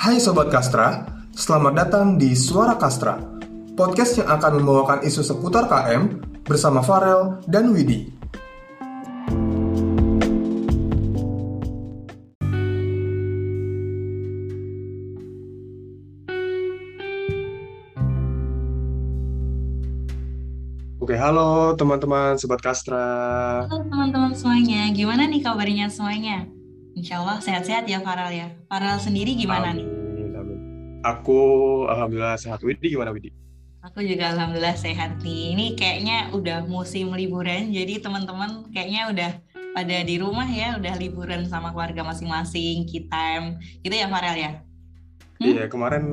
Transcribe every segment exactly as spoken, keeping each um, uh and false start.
Hai Sobat Kastra, selamat datang di Suara Kastra, podcast yang akan membawakan isu seputar K M bersama Farel dan Widi. Oke, halo teman-teman Sobat Kastra. Halo teman-teman semuanya, gimana nih kabarnya semuanya? Insya Allah sehat-sehat ya Farel ya. Farel sendiri gimana nih? Amin, amin. Aku alhamdulillah sehat. Widi gimana Widi? Aku juga alhamdulillah sehat nih. Ini kayaknya udah musim liburan, jadi teman-teman kayaknya udah pada di rumah ya, udah liburan sama keluarga masing-masing, key time, gitu ya Farel ya? Hmm? Iya, kemarin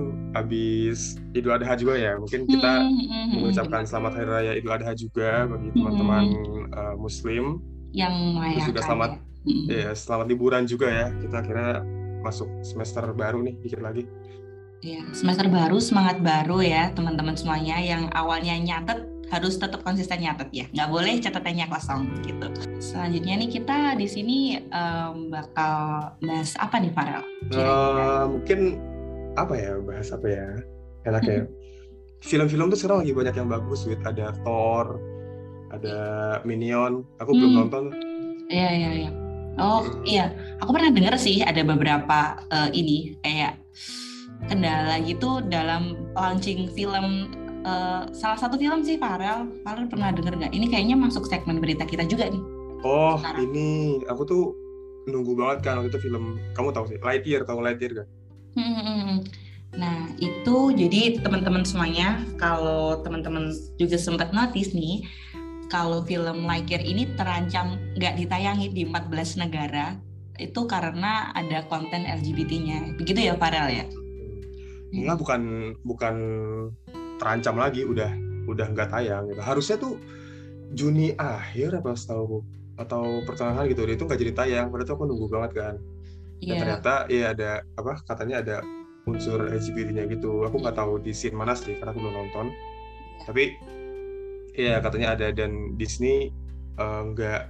habis Idul Adha juga ya. Mungkin kita Hmm, hmm, hmm, mengucapkan benar. selamat Hari Raya Idul Adha juga bagi Hmm, teman-teman uh, Muslim. yang Terus juga merayakan selamat, ya. Hmm. ya, selamat liburan juga ya. Kita akhirnya masuk semester baru nih, dikit lagi. Ya, semester baru, semangat baru ya teman-teman semuanya. Yang awalnya nyatet harus tetap konsisten nyatet ya, nggak boleh catatannya kosong gitu. Selanjutnya nih kita di sini um, bakal bahas apa nih Farel? Uh, mungkin apa ya, bahas apa ya? Enak ya. Film-film tuh sekarang lagi banyak yang bagus, Wid. Ada Thor, ada Minion. Aku hmm. belum nonton. Iya iya iya. Oh hmm. iya, aku pernah dengar sih ada beberapa uh, ini kayak kendala gitu dalam launching film. Uh, salah satu film sih Farel. Farel pernah dengar nggak? Ini kayaknya masuk segmen berita kita juga nih. Oh sekarang. Ini aku tuh nunggu banget kan waktu itu film. Kamu tahu sih Lightyear, tahu Lightyear gak? Hmm. Nah itu jadi teman-teman semuanya, kalau teman-teman juga sempat notice nih, kalau film Lightyear ini terancam nggak ditayangi di empat belas negara itu karena ada konten L G B T-nya, begitu ya Farel ya? Enggak, hmm. bukan bukan terancam lagi, udah udah nggak tayang gitu. Harusnya tuh Juni akhir apa setahu atau pertengahan gitu, dia itu nggak jadi tayang. Padahal tuh aku nunggu banget kan. Dan yeah. ternyata ya ada apa katanya ada unsur L G B T-nya gitu. Aku nggak tahu di scene mana sih karena aku belum nonton. Tapi ya katanya ada, dan Disney uh, nggak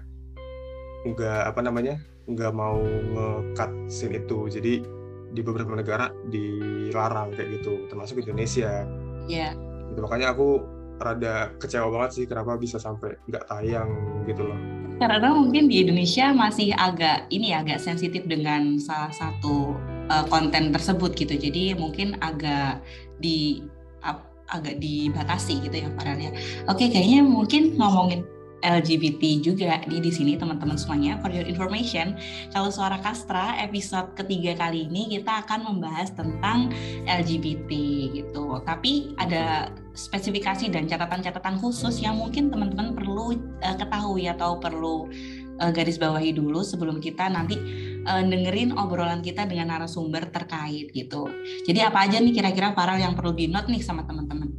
nggak apa namanya nggak mau nge-cut scene itu. Jadi di beberapa negara dilarang kayak gitu, termasuk Indonesia. Iya. Yeah. Gitu, makanya aku rada kecewa banget sih kenapa bisa sampai nggak tayang gitu loh. Karena mungkin di Indonesia masih agak ini agak sensitif dengan salah satu uh, konten tersebut gitu. Jadi mungkin agak di uh, agak dibatasi gitu ya Farel ya. Oke, kayaknya mungkin ngomongin L G B T juga di di sini teman-teman semuanya. For your information, kalau Suara Kastra episode ketiga kali ini kita akan membahas tentang L G B T gitu. Tapi ada spesifikasi dan catatan-catatan khusus yang mungkin teman-teman perlu uh, ketahui atau perlu uh, garis bawahi dulu sebelum kita nanti uh, dengerin obrolan kita dengan narasumber terkait gitu. Jadi apa aja nih kira-kira Farel yang perlu di-note nih sama teman-teman?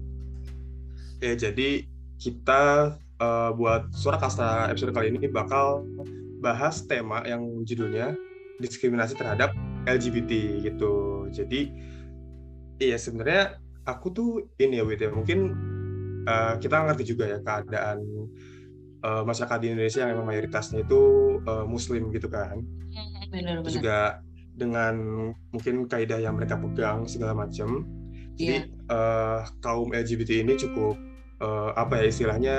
Ya, jadi kita Uh, buat Suara Kastra episode kali ini bakal bahas tema yang judulnya diskriminasi terhadap L G B T gitu. Jadi iya sebenarnya aku tuh ini ya Wid ya, mungkin uh, kita ngerti juga ya keadaan uh, masyarakat di Indonesia yang memang mayoritasnya itu uh, Muslim gitu kan. Benar-benar. Terus juga dengan mungkin kaidah yang mereka pegang segala macam. Jadi yeah. uh, kaum L G B T ini cukup uh, apa ya istilahnya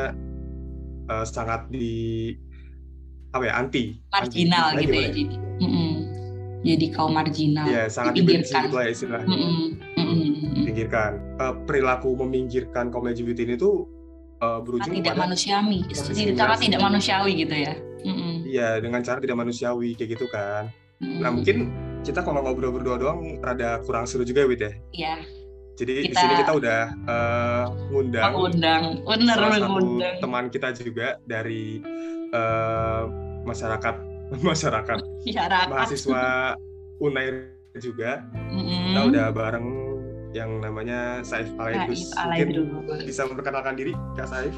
Uh, sangat di apa ya anti marginal anti, gitu ya, ya jadi mm-mm. jadi kaum marginal ya sangat dibenci gitu lah istilahnya. Pinggirkan uh, perilaku meminggirkan kaum L G B T ini tuh uh, berujung tidak manusiawi sangat tidak manusiawi gitu ya. Iya, dengan cara tidak manusiawi kayak gitu kan. Mm. Nah mungkin kita kalau ngobrol berdua doang rada kurang seru juga Wid ya. Iya. Jadi kita, di sini kita udah uh, ngundang, ngundang, bener, salah satu ngundang. teman kita juga dari uh, masyarakat masyarakat Masyarakat. mahasiswa Unair juga. Mm-hmm. Kita udah bareng yang namanya Saif Alaidrus. Mungkin bisa memperkenalkan diri Kak Saif.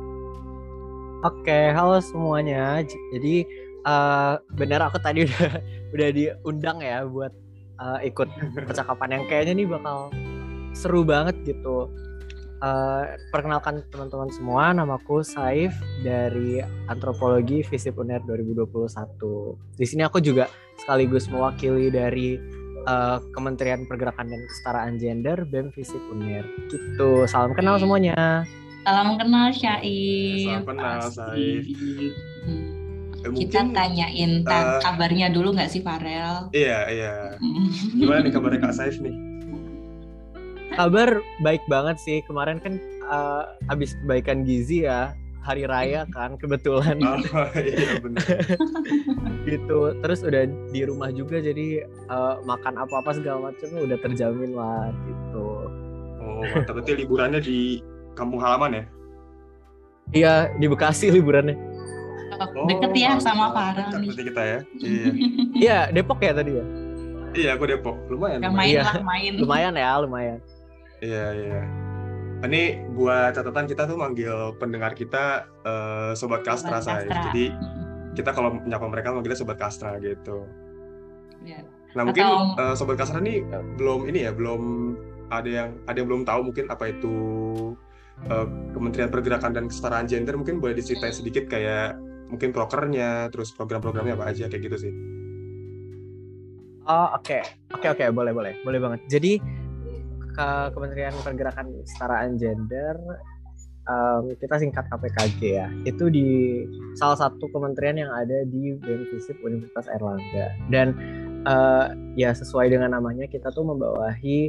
Oke, halo semuanya. Jadi uh, benar aku tadi udah udah diundang ya buat uh, ikut percakapan yang kayaknya nih bakal seru banget gitu. Uh, perkenalkan teman-teman semua, namaku Saif dari Antropologi FISIP Unair dua ribu dua puluh satu. Di sini aku juga sekaligus mewakili dari uh, Kementerian Pergerakan dan Kesetaraan Gender B E M Visip Unair. Gitu. Salam kenal semuanya. Salam kenal Syaif. Salam kenal Syaif. Hmm. Eh, Kita mungkin tanyain uh, ta- kabarnya dulu nggak sih Farel? Iya, iya. Gimana nih kabarnya Kak Syaif nih? Kabar baik banget sih. Kemarin kan uh, abis kebaikan gizi ya, hari raya kan kebetulan. Oh iya benar. Gitu. Terus udah di rumah juga, jadi uh, makan apa-apa segala macam udah terjamin lah gitu. Oh mantap, berarti liburannya di kampung halaman ya? Iya, di Bekasi liburannya. Oh, deket ya mantap. sama Farel Dekat nih. berarti kita ya. Iya. Iya, Depok ya tadi ya? Iya, aku Depok. Lumayan. Ya, lumayan. main Iya. lah, main. Lumayan ya, lumayan. Iya, iya. Ini buat catatan, kita tuh manggil pendengar kita uh, Sobat Kastra, Sobat Say. Kastra. Jadi kita kalau menyapa mereka manggilnya Sobat Kastra gitu. Ya. Nah mungkin Atau- uh, Sobat Kastra nih uh, belum ini ya, belum ada yang ada yang belum tahu mungkin apa itu uh, Kementerian Pergerakan dan Kesetaraan Gender. Mungkin boleh diceritain sedikit kayak mungkin prokernya, terus program-programnya apa aja kayak gitu sih. Oh oke, oke oke boleh boleh boleh banget. Jadi ke Kementerian Pergerakan Kesetaraan Gender, um, kita singkat K P K G ya. Itu di salah satu kementerian yang ada di B E M Visip Universitas Airlangga. Dan uh, ya sesuai dengan namanya, kita tuh membawahi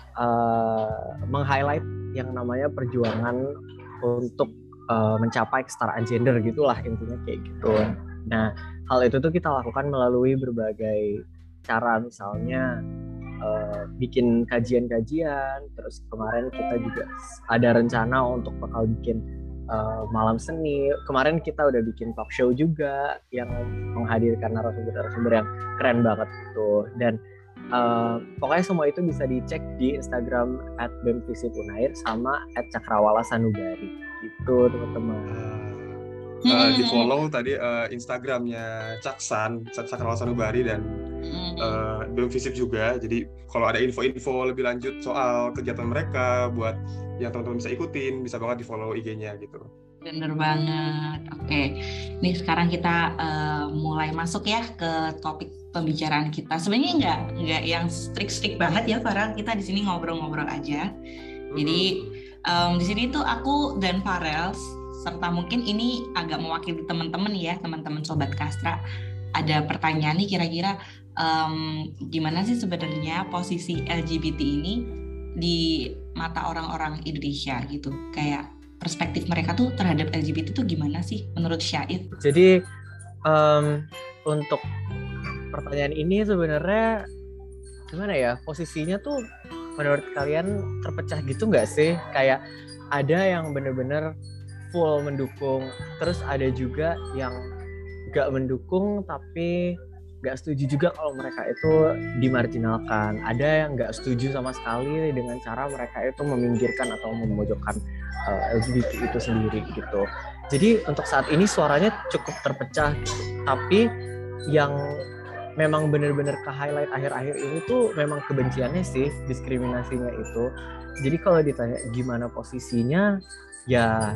uh, meng-highlight yang namanya perjuangan untuk uh, mencapai kesetaraan gender gitulah intinya kayak gitu. Nah hal itu tuh kita lakukan melalui berbagai cara, misalnya uh, bikin kajian-kajian, terus kemarin kita juga ada rencana untuk bakal bikin uh, malam seni. Kemarin kita udah bikin talk show juga yang menghadirkan narasumber-narasumber yang keren banget gitu. Dan uh, pokoknya semua itu bisa dicek di Instagram at b e m visip unair sama at cakrawala sanubari gitu teman-teman. Uh, uh, di follow tadi uh, Instagramnya Caksan, Cakrawala Sanubari, dan uh, B E M Visip juga. Jadi kalau ada info-info lebih lanjut soal kegiatan mereka buat yang teman-teman bisa ikutin, bisa banget di follow I G-nya gitu. Bener banget. Oke, nih sekarang kita uh, mulai masuk ya ke topik pembicaraan kita. Sebenarnya nggak nggak yang strict-strict banget ya, Farel. Kita di sini ngobrol-ngobrol aja. Jadi um, di sini tuh aku dan Farel, serta mungkin ini agak mewakili teman-teman ya, teman-teman Sobat Kastra. Ada pertanyaan nih, kira-kira um, gimana sih sebenarnya posisi L G B T ini di mata orang-orang Indonesia gitu? Kayak perspektif mereka tuh terhadap L G B T tuh gimana sih menurut Syaif? Jadi um, untuk pertanyaan ini sebenarnya gimana ya, posisinya tuh menurut kalian terpecah gitu nggak sih? Kayak ada yang bener-bener full mendukung, terus ada juga yang nggak mendukung tapi nggak setuju juga kalau mereka itu dimarginalkan. Ada yang nggak setuju sama sekali dengan cara mereka itu meminggirkan atau memojokkan uh, L G B T itu sendiri gitu. Jadi untuk saat ini suaranya cukup terpecah gitu. Tapi yang memang benar-benar ke-highlight akhir-akhir ini tuh memang kebenciannya sih, diskriminasinya itu. Jadi kalau ditanya gimana posisinya, ya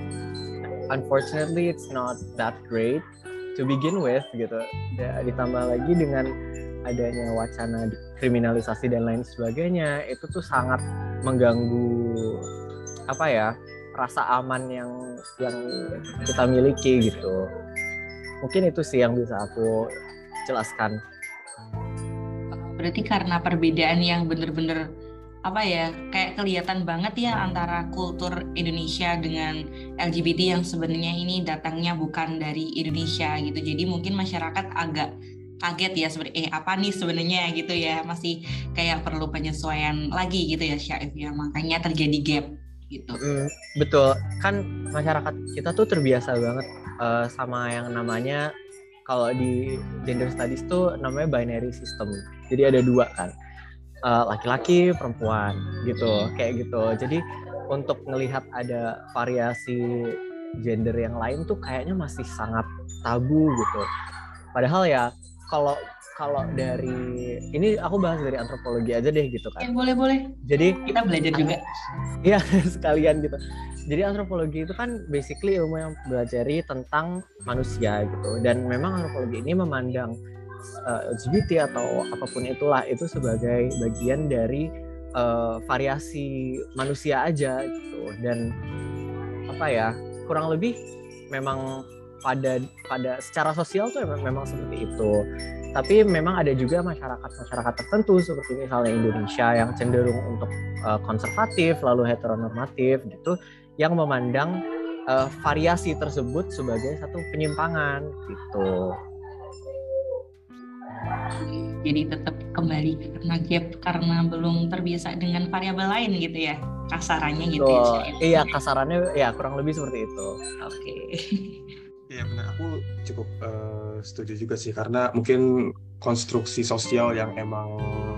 unfortunately it's not that great to begin with gitu. Ditambah lagi dengan adanya wacana kriminalisasi dan lain sebagainya, itu tuh sangat mengganggu apa ya, rasa aman yang yang kita miliki gitu. Mungkin itu sih yang bisa aku jelaskan. Berarti karena perbedaan yang bener-bener apa ya, kayak kelihatan banget ya antara kultur Indonesia dengan L G B T yang sebenarnya ini datangnya bukan dari Indonesia gitu. Jadi mungkin masyarakat agak kaget ya sebenarnya, eh apa nih sebenarnya gitu ya, masih kayak perlu penyesuaian lagi gitu ya Syaif ya, makanya terjadi gap gitu. Mm, betul, kan masyarakat kita tuh terbiasa banget uh, sama yang namanya, kalau di gender studies tuh namanya binary system. Jadi ada dua kan, uh, laki-laki, perempuan gitu, kayak gitu. Jadi untuk melihat ada variasi gender yang lain tuh kayaknya masih sangat tabu gitu. Padahal ya kalau kalau dari ini aku bahas dari antropologi aja deh gitu kan. Ya, boleh boleh. Jadi kita belajar juga. Iya sekalian gitu. Jadi antropologi itu kan basically ilmu yang belajari tentang manusia gitu. Dan memang antropologi ini memandang uh, L G B T atau apapun itulah itu sebagai bagian dari uh, variasi manusia aja gitu. Dan apa ya, kurang lebih memang pada pada secara sosial tuh memang, memang seperti itu. Tapi memang ada juga masyarakat-masyarakat tertentu seperti misalnya Indonesia yang cenderung untuk uh, konservatif lalu heteronormatif gitu, yang memandang uh, variasi tersebut sebagai satu penyimpangan gitu. Jadi tetap kembali karena gap karena belum terbiasa dengan variabel lain gitu ya, kasarannya gitu so, ya. Iya, kasarannya ya kurang lebih seperti itu. Oke. Okay. Iya benar, aku cukup uh, setuju juga sih, karena mungkin konstruksi sosial yang emang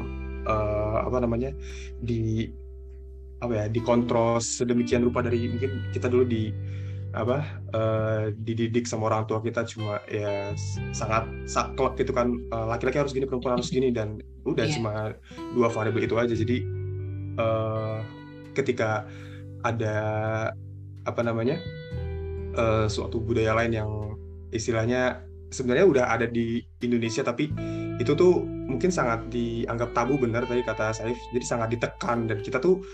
uh, apa namanya di apa ya dikontrol sedemikian rupa dari mungkin kita dulu di apa uh, dididik sama orang tua kita cuma ya sangat saklek gitu kan, uh, laki-laki harus gini, perempuan harus gini, dan udah yeah. cuma dua variabel itu aja. Jadi uh, ketika ada apa namanya uh, suatu budaya lain yang istilahnya sebenarnya udah ada di Indonesia tapi itu tuh mungkin sangat dianggap tabu, benar tadi kata Saif, jadi sangat ditekan dan kita tuh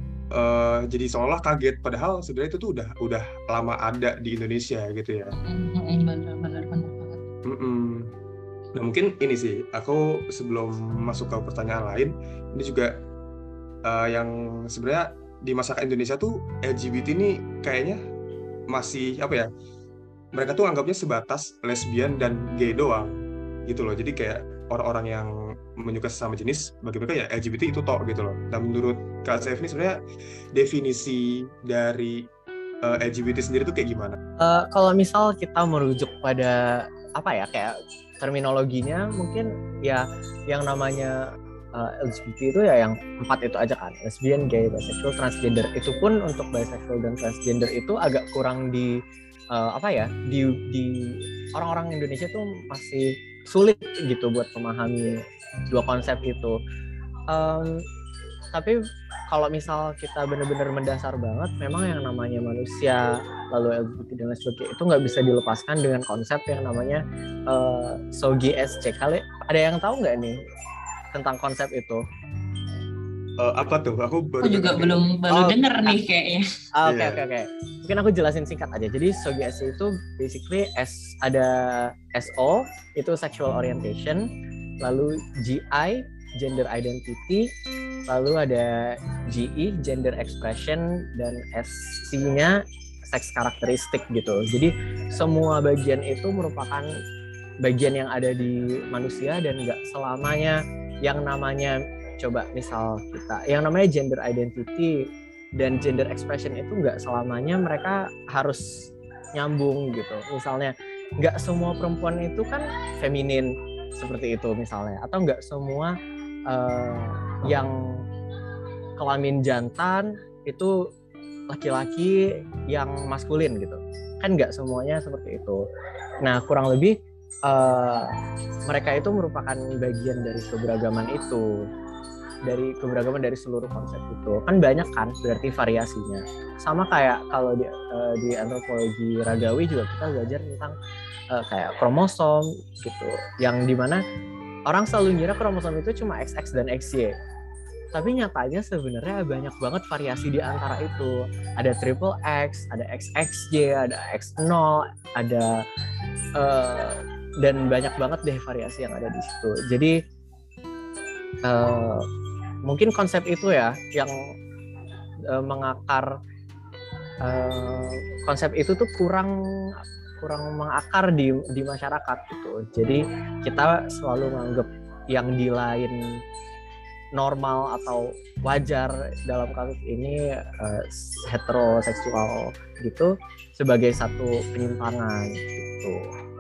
Uh, jadi seolah kaget, padahal sebenarnya itu tuh udah udah lama ada di Indonesia gitu ya. Benar-benar banget. Mm-mm. Nah mungkin ini sih, aku sebelum masuk ke pertanyaan lain, ini juga uh, yang sebenarnya di masyarakat Indonesia tuh L G B T ini kayaknya masih apa ya? Mereka tuh anggapnya sebatas lesbian dan gay doang gitu loh. Jadi kayak orang-orang yang menyukai sesama jenis bagi mereka ya L G B T itu tok gitu loh. Nah menurut Kak Saif ini sebenarnya definisi dari uh, L G B T sendiri itu kayak gimana? Uh, kalau misal kita merujuk pada apa ya kayak terminologinya, mungkin ya yang namanya uh, L G B T itu ya yang empat itu aja kan, lesbian, gay, bisexual, transgender. Itu pun untuk bisexual dan transgender itu agak kurang di uh, apa ya di di orang-orang Indonesia tuh masih sulit gitu buat memahami dua konsep itu. Um, tapi kalau misal kita benar-benar mendasar banget, memang yang namanya manusia lalu L G B T dan lain sebagainya itu nggak bisa dilepaskan dengan konsep yang namanya uh, S O G I S C. Kali ada yang tahu nggak nih tentang konsep itu? Uh, apa tuh? Aku baru aku juga belum baru oh, denger ah, nih kayaknya. Oke oke oke. Mungkin aku jelasin singkat aja. Jadi S O G I S C itu basically S ada S O itu sexual orientation, lalu G I gender identity, lalu ada G E gender expression, dan S C-nya sex karakteristik gitu. Jadi semua bagian itu merupakan bagian yang ada di manusia dan nggak selamanya yang namanya coba misal kita yang namanya gender identity dan gender expression itu nggak selamanya mereka harus nyambung gitu. Misalnya nggak semua perempuan itu kan feminin seperti itu misalnya, atau nggak semua uh, yang kelamin jantan itu laki-laki yang maskulin gitu kan, nggak semuanya seperti itu. Nah kurang lebih uh, mereka itu merupakan bagian dari keberagaman itu, dari keberagaman dari seluruh konsep itu kan banyak kan, berarti variasinya sama kayak kalau di, uh, di antropologi ragawi juga kita belajar tentang uh, kayak kromosom gitu, yang dimana orang selalu ngira kromosom itu cuma X X dan X Y, tapi nyatanya sebenarnya banyak banget variasi di antara itu. Ada triple X, ada X X Y, ada X nol, ada uh, dan banyak banget deh variasi yang ada di situ. Jadi uh, mungkin konsep itu ya yang uh, mengakar uh, konsep itu tuh kurang kurang mengakar di di masyarakat gitu. Jadi kita selalu menganggap yang di lain normal atau wajar dalam kasus ini uh, heteroseksual gitu sebagai satu penyimpangan gitu.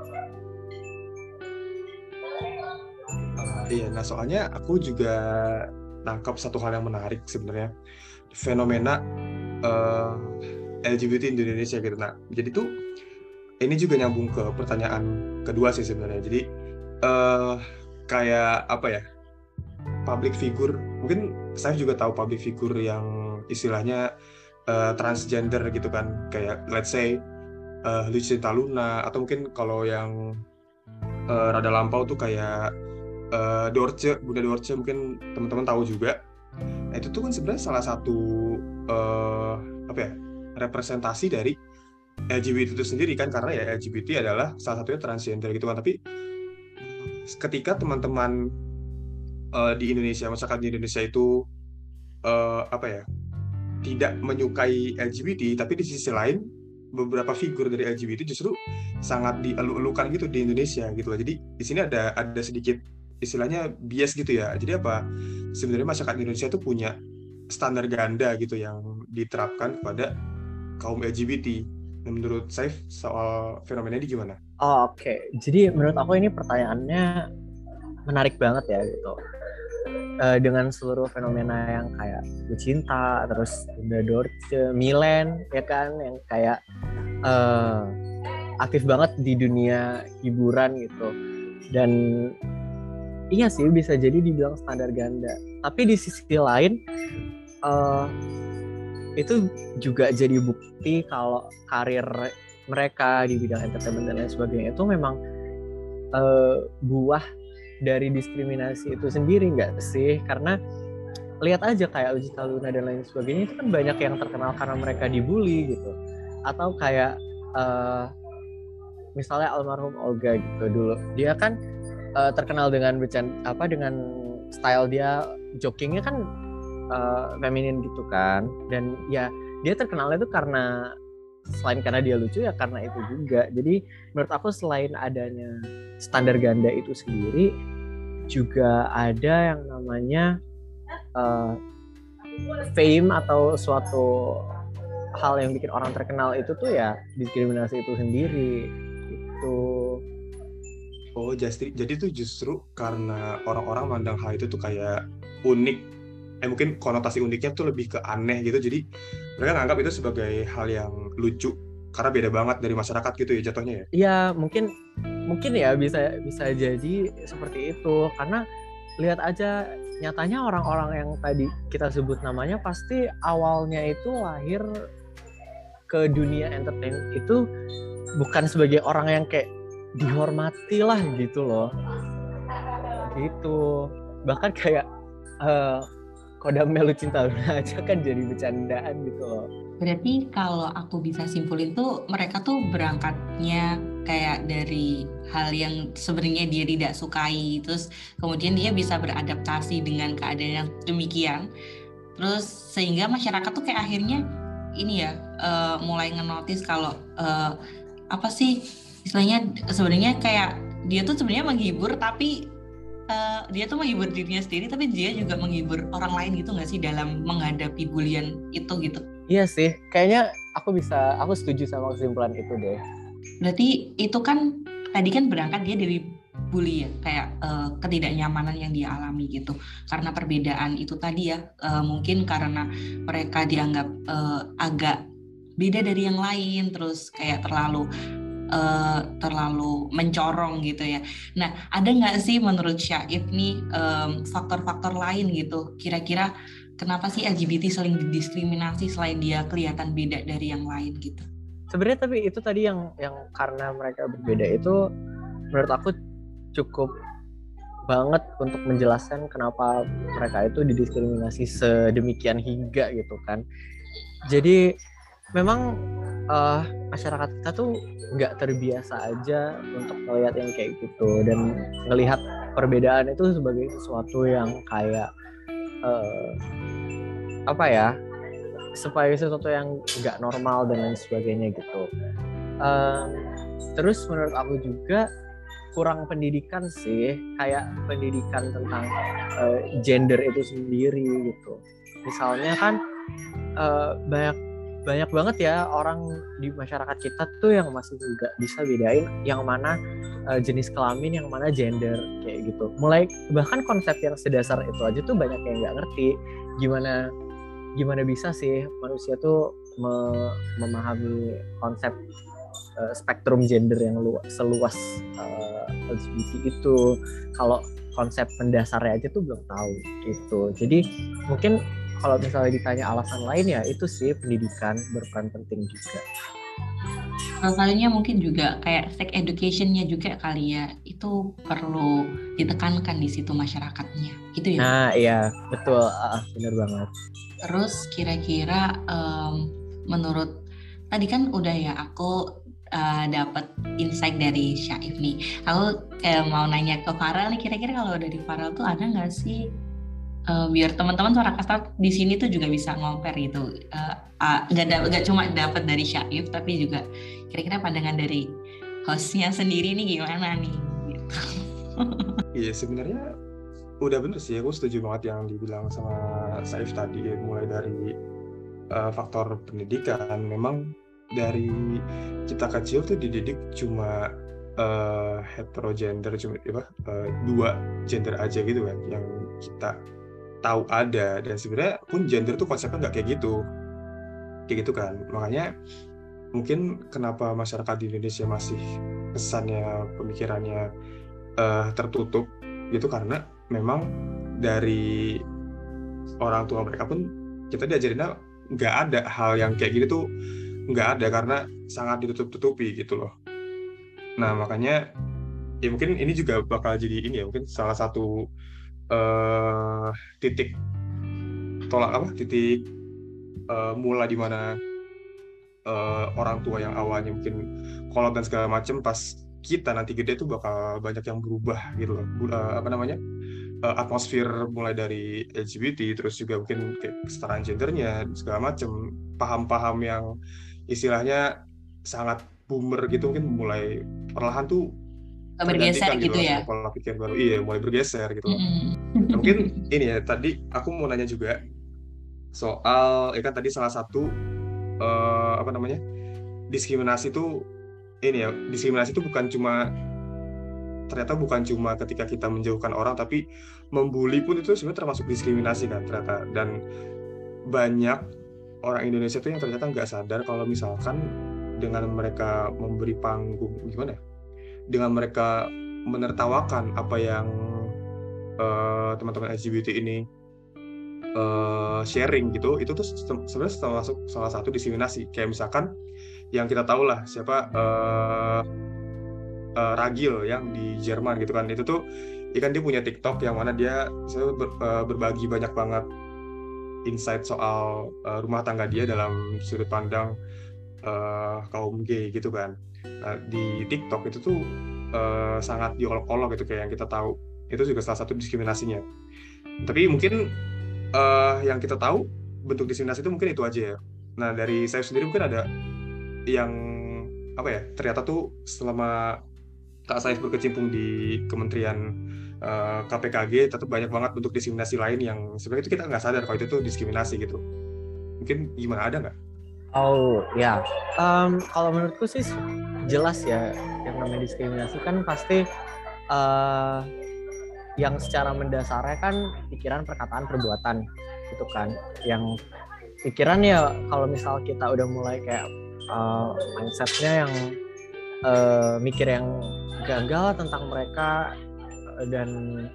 Uh, iya, nah soalnya aku juga nangkap satu hal yang menarik sebenarnya, fenomena uh, L G B T di Indonesia gitu. Nah, jadi tuh ini juga nyambung ke pertanyaan kedua sih sebenarnya. Jadi uh, kayak apa ya? Public figure, mungkin saya juga tahu public figure yang istilahnya uh, transgender gitu kan, kayak let's say uh, Lucinta Luna, atau mungkin kalau yang uh, rada lampau tuh kayak uh, Dorce, Bunda Dorce mungkin teman-teman tahu juga. Nah, itu tuh kan sebenarnya salah satu uh, apa ya representasi dari L G B T itu sendiri kan, karena ya L G B T adalah salah satunya transgender gitu kan. Tapi ketika teman-teman uh, di Indonesia, masyarakat di Indonesia itu uh, apa ya tidak menyukai L G B T, tapi di sisi lain beberapa figur dari L G B T justru sangat dielu-elukan gitu di Indonesia gitu loh. Jadi di sini ada ada sedikit istilahnya bias gitu ya. Jadi apa sebenarnya masyarakat Indonesia itu punya standar ganda gitu yang diterapkan kepada kaum L G B T. Nah, menurut Saif soal fenomena ini gimana? Oh, oke. Okay. Jadi menurut aku ini pertanyaannya menarik banget ya gitu. Uh, dengan seluruh fenomena yang kayak Lucinta, terus Bunda Dorce, Milen, ya kan, yang kayak uh, aktif banget di dunia hiburan gitu. Dan iya sih bisa jadi dibilang standar ganda. Tapi di sisi lain uh, itu juga jadi bukti kalau karir mereka di bidang entertainment dan lain sebagainya itu memang uh, buah dari diskriminasi itu sendiri nggak sih? Karena lihat aja kayak Lucinta Luna dan lain sebagainya itu kan banyak yang terkenal karena mereka dibully gitu. Atau kayak uh, misalnya almarhum Olga gitu dulu, dia kan uh, terkenal dengan bercanda apa dengan style dia jokingnya kan uh, feminin gitu kan, dan ya dia terkenalnya itu karena selain karena dia lucu ya karena itu juga. Jadi menurut aku selain adanya standar ganda itu sendiri juga ada yang namanya uh, fame atau suatu hal yang bikin orang terkenal itu tuh ya diskriminasi itu sendiri gitu. Oh, jadi jadi tuh justru karena orang-orang mandang hal itu tuh kayak unik, eh mungkin konotasi uniknya tuh lebih ke aneh gitu. Jadi mereka nganggap itu sebagai hal yang lucu karena beda banget dari masyarakat gitu ya jatuhnya ya. Iya, mungkin mungkin ya bisa bisa jadi seperti itu. Karena lihat aja nyatanya orang-orang yang tadi kita sebut namanya pasti awalnya itu lahir ke dunia entertainment itu bukan sebagai orang yang kayak dihormati lah gitu loh. Gitu. Bahkan kayak uh, kodamnya Lucinta Luna aja kan jadi bercandaan gitu loh. Berarti kalau aku bisa simpulin tuh mereka tuh berangkatnya kayak dari hal yang sebenarnya dia tidak sukai, terus kemudian dia bisa beradaptasi dengan keadaan yang demikian, terus sehingga masyarakat tuh kayak akhirnya ini ya uh, mulai ngenotis kalau uh, apa sih istilahnya sebenarnya kayak dia tuh sebenarnya menghibur tapi uh, dia tuh menghibur dirinya sendiri tapi dia juga menghibur orang lain gitu nggak sih dalam menghadapi bulian itu gitu. Iya sih, kayaknya aku bisa, aku setuju sama kesimpulan itu deh. Berarti itu kan tadi kan berangkat dia dari bully ya, kayak uh, ketidaknyamanan yang dia alami gitu. Karena perbedaan itu tadi ya, uh, mungkin karena mereka dianggap uh, agak beda dari yang lain, terus kayak terlalu uh, terlalu mencorong gitu ya. Nah, ada nggak sih menurut Syaif nih um, faktor-faktor lain gitu, kira-kira kenapa sih L G B T sering didiskriminasi selain dia kelihatan beda dari yang lain gitu? Sebenarnya tapi itu tadi yang yang karena mereka berbeda itu menurut aku cukup banget untuk menjelaskan kenapa mereka itu didiskriminasi sedemikian hingga gitu kan. Jadi memang uh, masyarakat kita tuh nggak terbiasa aja untuk melihat yang kayak gitu dan melihat perbedaan itu sebagai sesuatu yang kayak uh, apa ya supaya sesuatu yang nggak normal dan lain sebagainya gitu. Um, terus menurut aku juga kurang pendidikan sih, kayak pendidikan tentang uh, gender itu sendiri gitu. Misalnya kan uh, banyak banyak banget ya orang di masyarakat kita tuh yang masih juga bisa bedain yang mana uh, jenis kelamin, yang mana gender kayak gitu. Mulai bahkan konsep yang sedasar itu aja tuh banyak yang nggak ngerti gimana gimana bisa sih manusia tuh me- memahami konsep uh, spektrum gender yang luas, seluas uh, L G B T itu kalau konsep mendasarnya aja tuh belum tahu gitu. Jadi mungkin kalau misalnya ditanya alasan lain ya itu sih pendidikan berperan penting juga. Salah satunya mungkin juga kayak sex education-nya juga kali ya, itu perlu ditekankan di situ masyarakatnya, gitu ya. Nah iya betul, uh, bener banget. Terus kira-kira um, menurut tadi kan udah ya aku uh, dapat insight dari Syaif nih. Aku kayak mau nanya ke Farel nih, kira-kira kalau dari Farel tuh ada nggak sih uh, biar teman-teman suara kasar di sini tuh juga bisa ngomper gitu. Uh, uh, gak, da- gak cuma dapat dari Syaif tapi juga kira-kira pandangan dari hostnya sendiri nih gimana nih? Gitu. Iya sebenarnya udah bener sih, aku setuju banget yang dibilang sama Saif tadi, mulai dari uh, faktor pendidikan. Memang dari kita kecil tuh dididik cuma uh, heterogender, cuma apa, uh, dua gender aja gitu kan yang kita tahu ada, dan sebenarnya pun gender tuh konsepnya nggak kayak gitu kayak gitu kan. Makanya mungkin kenapa masyarakat di Indonesia masih kesannya pemikirannya uh, tertutup gitu, karena memang dari orang tua mereka pun kita diajarinnya nggak ada hal yang kayak gini tuh, nggak ada, karena sangat ditutup-tutupi gitu loh. Nah makanya ya mungkin ini juga bakal jadi ini ya, mungkin salah satu uh, titik tolak apa titik uh, mula di mana uh, orang tua yang awalnya mungkin kolot dan segala macem, pas kita nanti gede tuh bakal banyak yang berubah gitu loh. Uh, apa namanya uh, atmosfer mulai dari L G B T, terus juga mungkin kayak kesetaraan gendernya segala macem, paham-paham yang istilahnya sangat boomer gitu mungkin mulai perlahan tuh Bergeser tergantikan gitu gitu ya. sama pola pikir baru. Iya mulai bergeser gitu loh. Mm-mm. Nah, mungkin ini ya, tadi aku mau nanya juga soal ya kan tadi salah satu uh, apa namanya diskriminasi itu ini ya, diskriminasi itu bukan cuma ternyata bukan cuma ketika kita menjauhkan orang, tapi membuli pun itu sebenarnya termasuk diskriminasi kan ternyata. Dan banyak orang Indonesia tuh yang ternyata nggak sadar kalau misalkan dengan mereka memberi panggung, gimana ya, dengan mereka menertawakan apa yang uh, teman-teman L G B T ini uh, sharing gitu, itu tuh sebenarnya termasuk salah satu diskriminasi. Kayak misalkan yang kita tahu lah siapa uh, uh, Ragil yang di Jerman gitu kan, itu tuh ya kan dia punya TikTok yang mana dia ber, uh, berbagi banyak banget insight soal uh, rumah tangga dia dalam sudut pandang uh, kaum gay gitu kan. Nah, di TikTok itu tuh uh, sangat diolok-olok gitu kayak yang kita tahu, itu juga salah satu diskriminasinya. Tapi mungkin uh, yang kita tahu bentuk diskriminasi itu mungkin itu aja ya. Nah dari saya sendiri mungkin ada yang apa ya, ternyata tuh selama Kak Saif berkecimpung di Kementerian uh, K P K G, tetap banyak banget bentuk diskriminasi lain yang sebenarnya itu kita nggak sadar kalau itu tuh diskriminasi gitu. Mungkin gimana, ada nggak? Oh ya, um, kalau menurutku sih jelas ya, yang namanya diskriminasi kan pasti uh, yang secara mendasarnya kan pikiran, perkataan, perbuatan gitu kan. Yang pikiran ya kalau misal kita udah mulai kayak uh, mindsetnya yang uh, mikir yang gagal tentang mereka, dan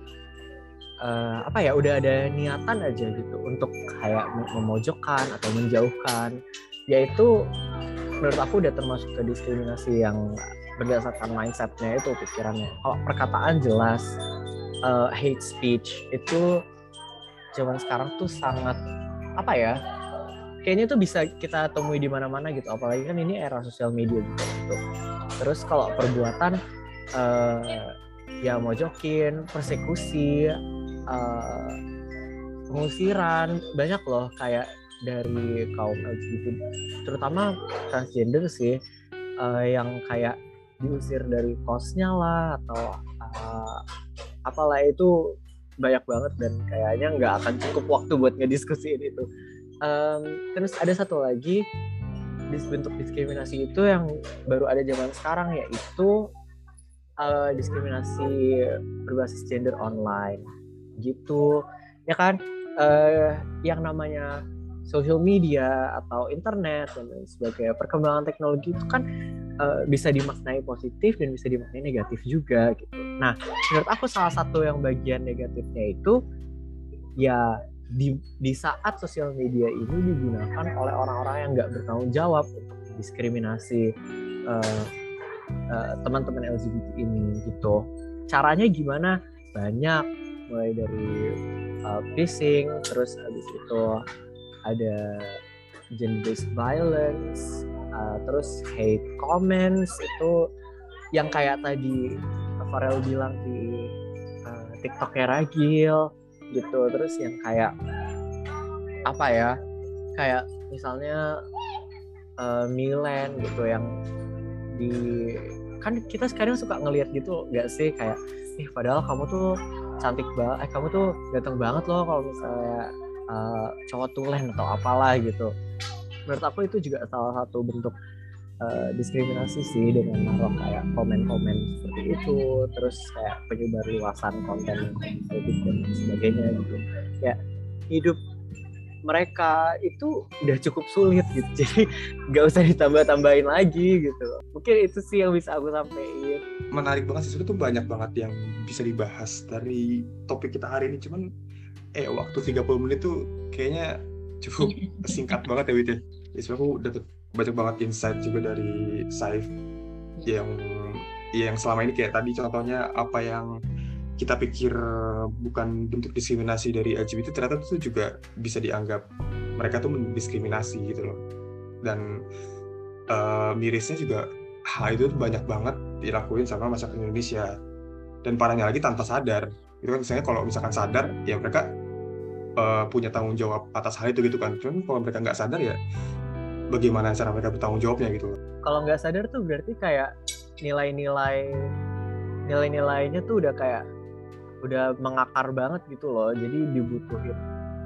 uh, apa ya, udah ada niatan aja gitu untuk kayak memojokkan atau menjauhkan, yaitu menurut aku udah termasuk ke diskriminasi yang berdasarkan mindsetnya itu, pikirannya. Kalau perkataan jelas, uh, hate speech itu zaman sekarang tuh sangat apa ya, kayaknya tuh bisa kita temui di mana-mana gitu, apalagi kan ini era sosial media juga gitu. Terus kalau perbuatan uh, ya mojokin, persekusi, uh, pengusiran, banyak loh kayak dari kaum L G B T, terutama transgender sih, uh, yang kayak diusir dari kosnya lah atau uh, apalah, itu banyak banget dan kayaknya nggak akan cukup waktu buat ngediskusiin itu. Um, terus ada satu lagi bentuk diskriminasi itu yang baru ada zaman sekarang, yaitu uh, diskriminasi berbasis gender online gitu ya kan. Uh, yang namanya social media atau internet dan lain sebagainya, perkembangan teknologi itu kan uh, bisa dimaknai positif dan bisa dimaknai negatif juga gitu. Nah menurut aku salah satu yang bagian negatifnya itu ya Di, di saat sosial media ini digunakan oleh orang-orang yang nggak bertanggung jawab untuk diskriminasi uh, uh, teman-teman L G B T ini gitu. Caranya gimana? Banyak, mulai dari uh, phishing, terus habis itu ada gender-based violence, uh, terus hate comments itu yang kayak tadi Farel bilang di uh, TikToknya Ragil gitu. Terus yang kayak apa ya, kayak misalnya uh, Milen gitu yang di, kan kita sekarang suka ngelihat gitu nggak sih, kayak ih padahal kamu tuh cantik banget, eh kamu tuh ganteng banget loh kalau misalnya uh, cowok tulen atau apalah gitu. Menurut aku itu juga salah satu bentuk uh, diskriminasi sih, dengan naruh kayak komen-komen seperti itu, terus kayak penyebar luasan konten politik dan sebagainya gitu. Ya hidup mereka itu udah cukup sulit gitu, jadi nggak usah ditambah-tambahin lagi gitu. Mungkin itu sih yang bisa aku sampaikan. Menarik banget sih, sebenarnya tuh banyak banget yang bisa dibahas dari topik kita hari ini, cuman eh waktu tiga puluh menit tuh kayaknya cukup singkat banget ya Wid ya. Ya sebenarnya aku dapet banyak banget insight juga dari Saif yang yang selama ini kayak tadi contohnya apa yang kita pikir bukan bentuk diskriminasi dari L G B T, ternyata itu juga bisa dianggap mereka tuh mendiskriminasi gitu loh. Dan uh, mirisnya juga hal itu banyak banget dilakuin sama masyarakat Indonesia, dan parahnya lagi tanpa sadar. Itu kan misalnya kalau misalkan sadar ya mereka uh, punya tanggung jawab atas hal itu gitu kan. Cuman kalau mereka nggak sadar ya bagaimana cara mereka bertanggung jawabnya gitu loh. Kalau nggak sadar tuh berarti kayak nilai-nilai nilai-nilainya tuh udah kayak udah mengakar banget gitu loh, jadi dibutuhin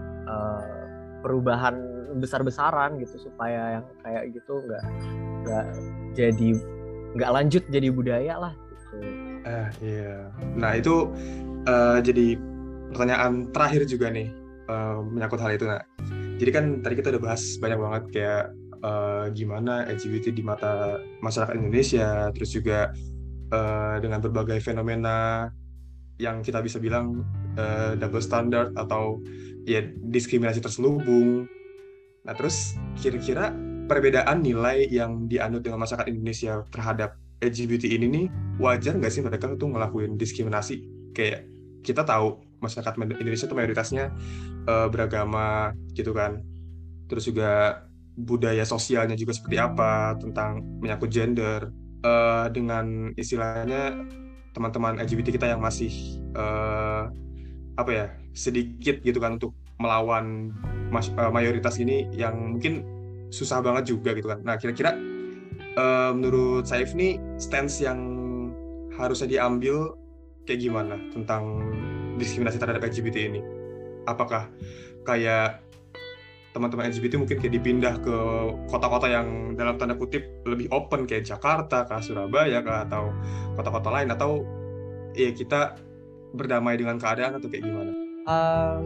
uh, perubahan besar-besaran gitu supaya yang kayak gitu nggak nggak jadi nggak lanjut jadi budaya lah gitu. Eh iya, nah itu uh, jadi pertanyaan terakhir juga nih uh, menyangkut hal itu. Nah, jadi kan tadi kita udah bahas banyak banget kayak uh, gimana L G B T di mata masyarakat Indonesia, terus juga uh, dengan berbagai fenomena yang kita bisa bilang uh, double standard atau ya diskriminasi terselubung. Nah terus kira-kira perbedaan nilai yang dianut dengan masyarakat Indonesia terhadap L G B T ini nih, wajar nggak sih mereka tuh ngelakuin diskriminasi? Kayak kita tahu masyarakat Indonesia tuh mayoritasnya uh, beragama gitu kan, terus juga budaya sosialnya juga seperti apa tentang menyangkut gender, uh, dengan istilahnya teman-teman L G B T kita yang masih uh, apa ya sedikit gitu kan untuk melawan mas- uh, mayoritas ini yang mungkin susah banget juga gitu kan. Nah kira-kira uh, menurut Saif nih stance yang harusnya diambil kayak gimana tentang diskriminasi terhadap L G B T ini? Apakah kayak teman-teman L G B T mungkin kayak dipindah ke kota-kota yang dalam tanda kutip lebih open kayak Jakarta, kah, Surabaya, kah, atau kota-kota lain, atau ya kita berdamai dengan keadaan atau kayak gimana? Um,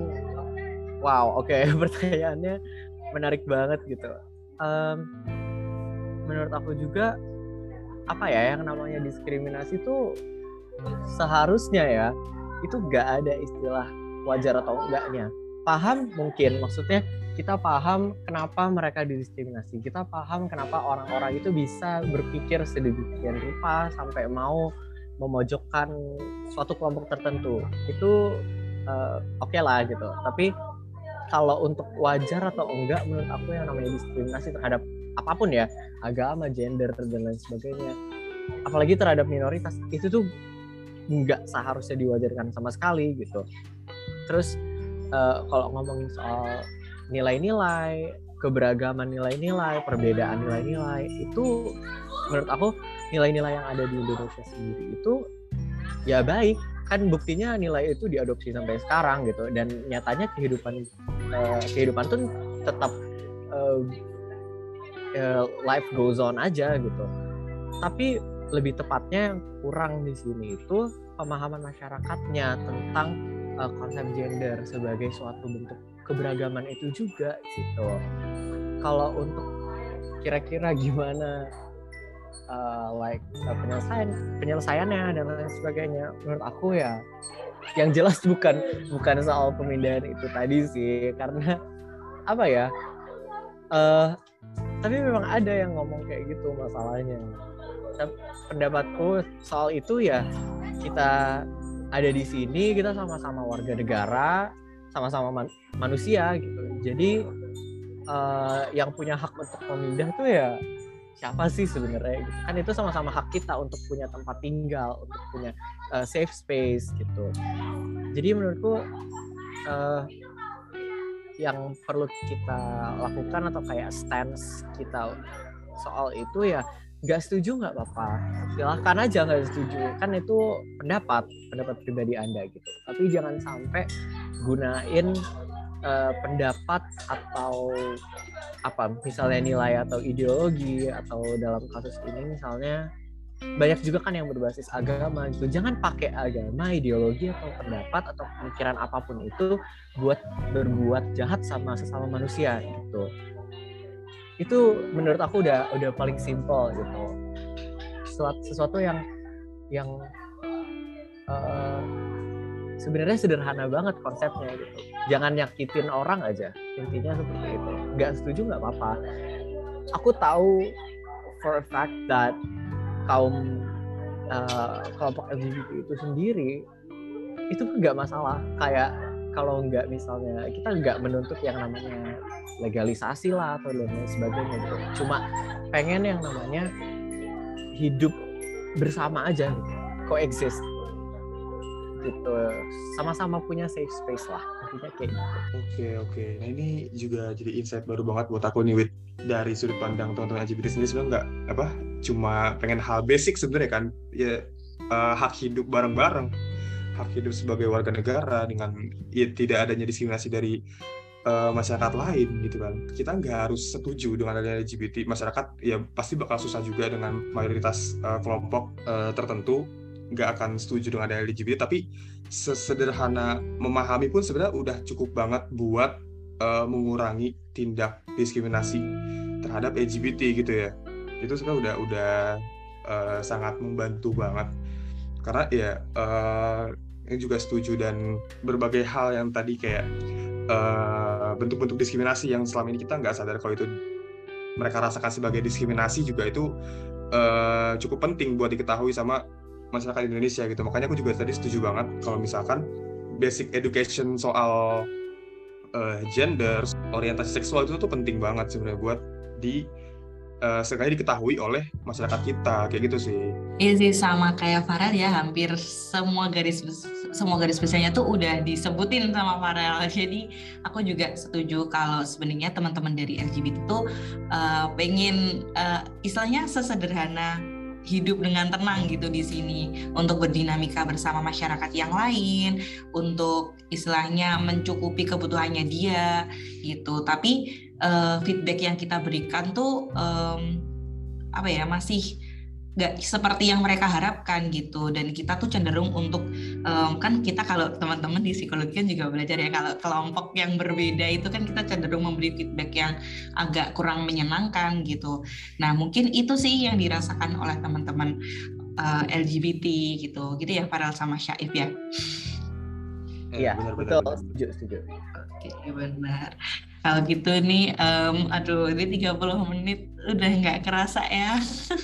wow, oke okay. Pertanyaannya menarik banget gitu. Um, menurut aku juga apa ya yang namanya diskriminasi itu seharusnya ya itu gak ada istilah wajar atau enggaknya. Paham mungkin, maksudnya kita paham kenapa mereka didiskriminasi, kita paham kenapa orang-orang itu bisa berpikir sedemikian rupa sampai mau memojokkan suatu kelompok tertentu. Itu uh, oke okay lah gitu. Tapi kalau untuk wajar atau enggak, menurut aku yang namanya diskriminasi terhadap apapun ya, agama, gender, dan lain sebagainya, apalagi terhadap minoritas, itu tuh nggak seharusnya diwajarkan sama sekali gitu. Terus uh, kalau ngomongin soal nilai-nilai, keberagaman nilai-nilai, perbedaan nilai-nilai, itu menurut aku nilai-nilai yang ada di Indonesia sendiri itu ya baik, kan buktinya nilai itu diadopsi sampai sekarang gitu, dan nyatanya kehidupan uh, kehidupan tuh tetap uh, uh, life goes on aja gitu. Tapi lebih tepatnya yang kurang di sini itu pemahaman masyarakatnya tentang uh, konsep gender sebagai suatu bentuk keberagaman itu juga gitu. Kalau untuk kira-kira gimana uh, like uh, penyelesaian penyelesaiannya dan lain sebagainya, menurut aku ya yang jelas bukan bukan soal pemindahan itu tadi sih, karena apa ya uh, tapi memang ada yang ngomong kayak gitu masalahnya. pendapatku soal itu ya, kita ada di sini, kita sama-sama warga negara, sama-sama man- manusia gitu. Jadi uh, yang punya hak untuk memindah tuh ya siapa sih sebenarnya? Gitu. Kan itu sama-sama hak kita untuk punya tempat tinggal, untuk punya uh, safe space gitu. Jadi menurutku uh, yang perlu kita lakukan atau kayak stance kita soal itu ya, nggak setuju nggak apa-apa, silahkan aja nggak setuju, kan itu pendapat pendapat pribadi Anda gitu. Tapi jangan sampai gunain uh, pendapat atau apa misalnya nilai atau ideologi, atau dalam kasus ini misalnya banyak juga kan yang berbasis agama gitu. Jangan pakai agama, ideologi atau pendapat atau pemikiran apapun itu buat berbuat jahat sama sesama manusia gitu. Itu menurut aku udah udah paling simpel gitu. Sesuatu, sesuatu yang yang uh, sebenarnya sederhana banget konsepnya gitu. Jangan nyakitin orang aja, intinya seperti itu. Nggak setuju nggak apa-apa. Aku tahu for a fact that kaum uh, kelompok L G B T itu sendiri itu nggak masalah. Kayak kalau nggak misalnya kita nggak menuntut yang namanya legalisasi lah atau lain sebagainya gitu. Cuma pengen yang namanya hidup bersama aja gitu, coexist gitu, sama-sama punya safe space lah, intinya kayak gitu. Oke oke, nah ini juga jadi insight baru banget buat aku nih, Wit. Dari sudut pandang teman-teman L G B T sendiri sebenarnya nggak apa, cuma pengen hal basic sebenarnya kan, ya uh, hak hidup bareng-bareng, hak hidup sebagai warga negara dengan ya, tidak adanya diskriminasi dari uh, masyarakat lain gitu kan. Kita nggak harus setuju dengan adanya L G B T, masyarakat ya pasti bakal susah juga dengan mayoritas uh, kelompok uh, tertentu nggak akan setuju dengan adanya L G B T, tapi sesederhana memahami pun sebenarnya udah cukup banget buat uh, mengurangi tindak diskriminasi terhadap L G B T gitu ya. Itu sebenarnya udah udah uh, sangat membantu banget, karena ya uh, ini juga setuju dan berbagai hal yang tadi kayak uh, bentuk-bentuk diskriminasi yang selama ini kita nggak sadar kalau itu mereka rasakan sebagai diskriminasi juga itu uh, cukup penting buat diketahui sama masyarakat Indonesia gitu. Makanya aku juga tadi setuju banget kalau misalkan basic education soal uh, gender, orientasi seksual itu tuh penting banget sebenarnya buat di uh, sekali diketahui oleh masyarakat kita, kayak gitu sih. Iya sih, sama kayak Farel ya, hampir semua garis semua garis besarnya tuh udah disebutin sama Farel. Jadi aku juga setuju kalau sebenarnya teman-teman dari L G B T tuh uh, pengen uh, istilahnya sesederhana hidup dengan tenang gitu di sini, untuk berdinamika bersama masyarakat yang lain, untuk istilahnya mencukupi kebutuhannya dia gitu. Tapi uh, feedback yang kita berikan tuh um, apa ya, masih nggak seperti yang mereka harapkan gitu. Dan kita tuh cenderung untuk um, kan kita kalau teman-teman di psikologi kan juga belajar ya, kalau kelompok yang berbeda itu kan kita cenderung memberi feedback yang agak kurang menyenangkan gitu. Nah mungkin itu sih yang dirasakan oleh teman-teman uh, L G B T gitu gitu ya, Farel sama Syaif ya. Iya, betul, setuju, setuju. Oke, benar. Kalau gitu nih, um, aduh ini tiga puluh menit udah nggak kerasa ya.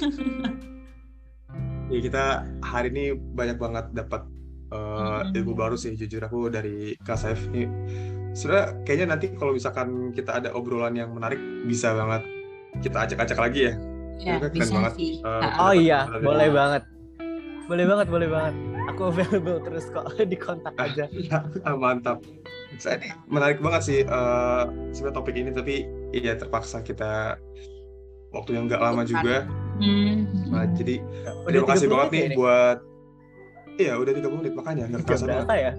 Ya kita hari ini banyak banget dapat uh, mm-hmm. ilmu baru sih, jujur aku dari Kak Saif ini. Sebenarnya kayaknya nanti kalau misalkan kita ada obrolan yang menarik bisa banget kita ajak-ajak lagi ya. Ya, kan bisa banget. sih. Uh, oh iya, boleh banget. Boleh banget, boleh banget. Aku available terus kok, di kontak aja. Mantap. Saya ini menarik banget sih uh, sebenarnya topik ini, tapi iya terpaksa kita waktu yang nggak lama juga. Hmm. Nah, jadi udah terima kasih banget nih buat iya udah tiga puluh menit, makanya nggak kerasa banget ya.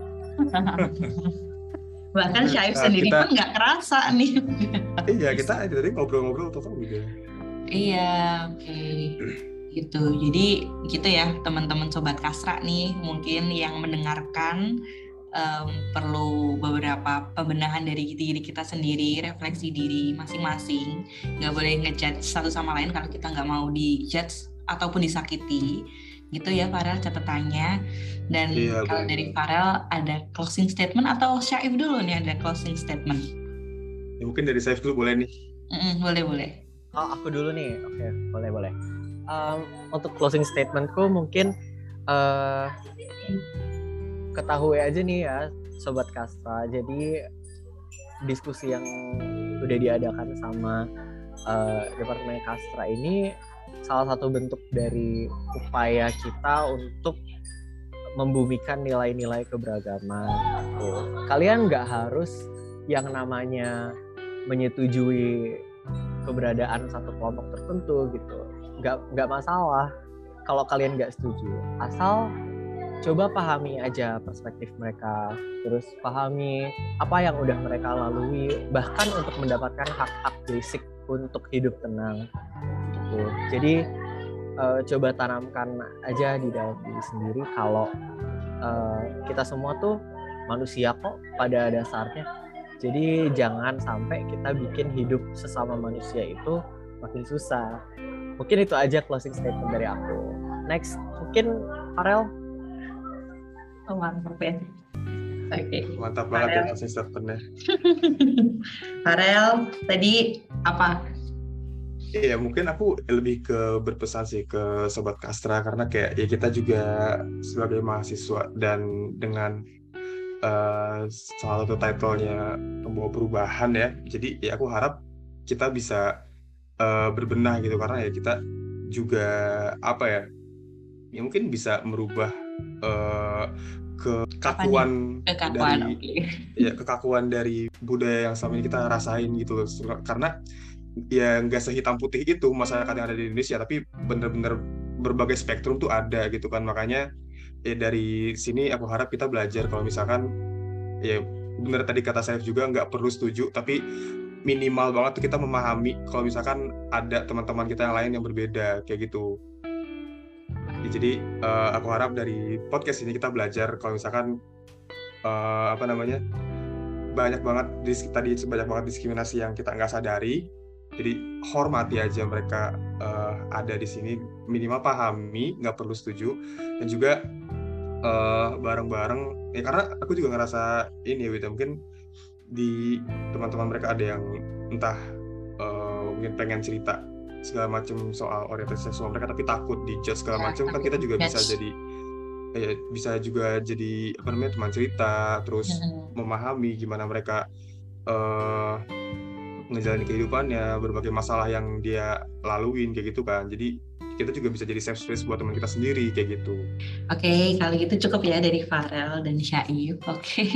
Bahkan Syaif nah, sendiri kita, pun nggak kerasa nih. Iya, kita tadi ngobrol-ngobrol total gitu. Iya, oke. Okay. Gitu. Jadi gitu ya teman-teman Sobat Kasra nih, mungkin yang mendengarkan um, perlu beberapa pembenahan dari diri kita sendiri, refleksi diri masing-masing. Nggak boleh ngejudge satu sama lain kalau kita nggak mau dijudge ataupun disakiti. Gitu ya Farel catatannya. Dan iya, kalau bener. Dari Farel ada closing statement atau Syaif dulu nih ada closing statement? Ya, mungkin dari Syaif dulu boleh nih. Mm-mm, boleh boleh. Oh aku dulu nih, oke boleh boleh. um, untuk closing statementku mungkin uh, ketahui aja nih ya Sobat Kastra, jadi diskusi yang udah diadakan sama uh, Departemen Kastra ini salah satu bentuk dari upaya kita untuk membumikan nilai-nilai keberagaman. Tuh. Kalian nggak harus yang namanya menyetujui keberadaan satu kelompok tertentu gitu, nggak nggak masalah kalau kalian nggak setuju, asal coba pahami aja perspektif mereka, terus pahami apa yang udah mereka lalui, bahkan untuk mendapatkan hak-hak basic untuk hidup tenang gitu. Jadi uh, coba tanamkan aja di dalam diri sendiri kalau uh, kita semua tuh manusia kok pada dasarnya. Jadi jangan sampai kita bikin hidup sesama manusia itu makin susah. Mungkin itu aja closing statement dari aku. Next, mungkin Farel. Oh, mantap ya. Oke. Okay. Mantap banget ya closing statement-nya. Farel, tadi apa? Iya, mungkin aku lebih ke berpesan sih ke Sobat Kastra, karena kayak ya kita juga sebagai mahasiswa dan dengan Uh, salah satu title-nya membawa perubahan ya, jadi ya aku harap kita bisa uh, berbenah gitu, karena ya kita juga apa ya, ya mungkin bisa merubah uh, kekakuan dari okay. ya kekakuan dari budaya yang selama ini kita rasain gitu loh, karena ya nggak sehitam putih itu masyarakat yang ada di Indonesia, tapi bener-bener berbagai spektrum tuh ada gitu kan. Makanya ya dari sini aku harap kita belajar kalau misalkan ya benar tadi kata Saif juga nggak perlu setuju, tapi minimal banget tuh kita memahami kalau misalkan ada teman-teman kita yang lain yang berbeda kayak gitu. Ya, jadi uh, aku harap dari podcast ini kita belajar kalau misalkan uh, apa namanya banyak banget dis- tadi banyak banget diskriminasi yang kita nggak sadari. Jadi hormati aja mereka uh, ada di sini, minimal pahami, nggak perlu setuju, dan juga uh, bareng-bareng. Ya karena aku juga ngerasa ini ya, mungkin di teman-teman mereka ada yang entah uh, mungkin pengen cerita segala macam soal orientasi seksual mereka, tapi takut dijudge segala macam. Kan kita juga bisa jadi, ya, bisa juga jadi apa namanya teman cerita, terus hmm. memahami gimana mereka uh, ngejalanin kehidupannya, berbagai masalah yang dia laluin kayak gitu kan. Jadi kita juga bisa jadi safe space buat teman kita sendiri kayak gitu. Oke, okay, kali itu cukup ya dari Farel dan Syaif. Oke. Okay.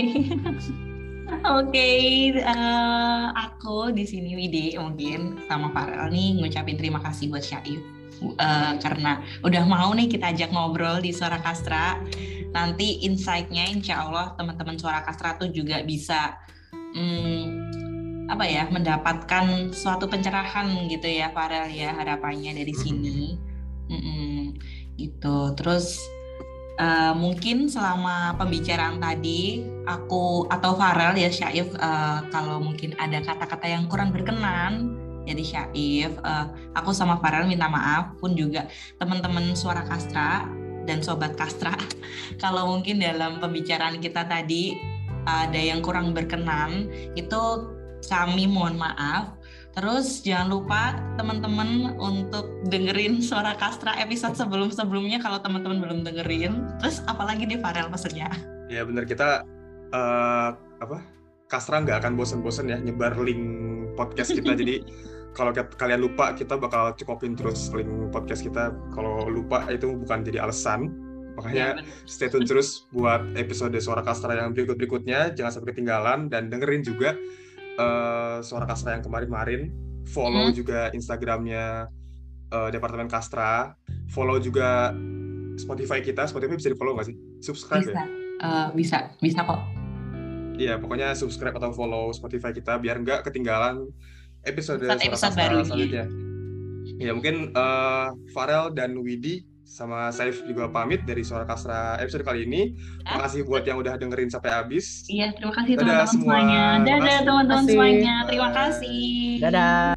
Oke, okay, uh, aku di sini Widi mungkin sama Farel nih ngucapin terima kasih buat Syaif uh, karena udah mau nih kita ajak ngobrol di Suara Kastra. Nanti insight-nya insya Allah teman-teman Suara Kastra tuh juga bisa um, apa ya, mendapatkan suatu pencerahan gitu ya Farel ya, harapannya dari sini. Mm-mm, gitu. Terus uh, mungkin selama pembicaraan tadi aku atau Farel ya Syaif, uh, kalau mungkin ada kata-kata yang kurang berkenan jadi Syaif, uh, aku sama Farel minta maaf, pun juga teman-teman Suara Kastra dan Sobat Kastra kalau mungkin dalam pembicaraan kita tadi ada yang kurang berkenan, itu kami mohon maaf. Terus jangan lupa teman-teman untuk dengerin Suara Kastra episode sebelum-sebelumnya kalau teman-teman belum dengerin. Terus apalagi di Farel pesennya? Ya benar, kita uh, apa Kastra nggak akan bosan-bosan ya nyebar link podcast kita. Jadi kalau kalian lupa, kita bakal cukupin terus link podcast kita. Kalau lupa itu bukan jadi alasan. Makanya ya, stay tune terus buat episode Suara Kastra yang berikut-berikutnya. Jangan sampai ketinggalan, dan dengerin juga Uh, Suara Kastra yang kemarin-kemarin. Follow hmm. juga Instagramnya uh, Departemen Kastra. Follow juga Spotify kita. Spotify bisa di follow nggak sih? Subscribe bisa. ya? Uh, bisa, bisa kok. Iya, pokoknya subscribe atau follow Spotify kita biar nggak ketinggalan episode, Suara Kastra selanjutnya. Ya mungkin uh, Farel dan Widi sama Saif juga pamit dari Suara Kastra episode kali ini. Terima kasih buat yang udah dengerin sampai habis. Iya, terima kasih teman-teman semuanya. Dadah teman-teman semuanya. Terima kasih. Dadah.